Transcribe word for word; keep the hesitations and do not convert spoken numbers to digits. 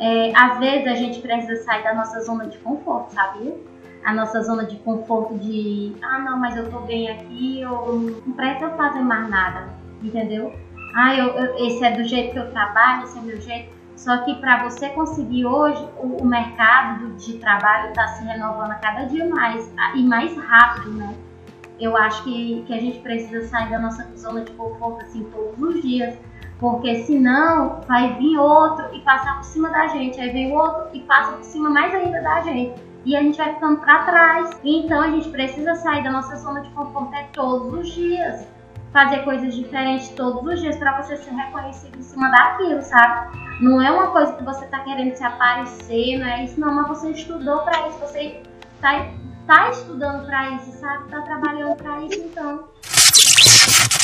é, às vezes a gente precisa sair da nossa zona de conforto, sabia? A nossa zona de conforto de, ah não, mas eu tô bem aqui, eu não preciso fazer mais nada, entendeu? Ah, eu, eu, esse é do jeito que eu trabalho, esse é meu jeito. Só que para você conseguir hoje, o, o mercado de trabalho está se renovando a cada dia mais e mais rápido, né? Eu acho que, que a gente precisa sair da nossa zona de conforto assim todos os dias, porque senão vai vir outro e passar por cima da gente, aí vem outro e passa por cima mais ainda da gente, e a gente vai ficando para trás. Então a gente precisa sair da nossa zona de conforto é todos os dias, fazer coisas diferentes todos os dias para você ser reconhecido em cima daquilo, sabe? Não é uma coisa que você está querendo se aparecer, não é isso não, mas você estudou para isso, você está tá estudando para isso, sabe? Está trabalhando para isso, então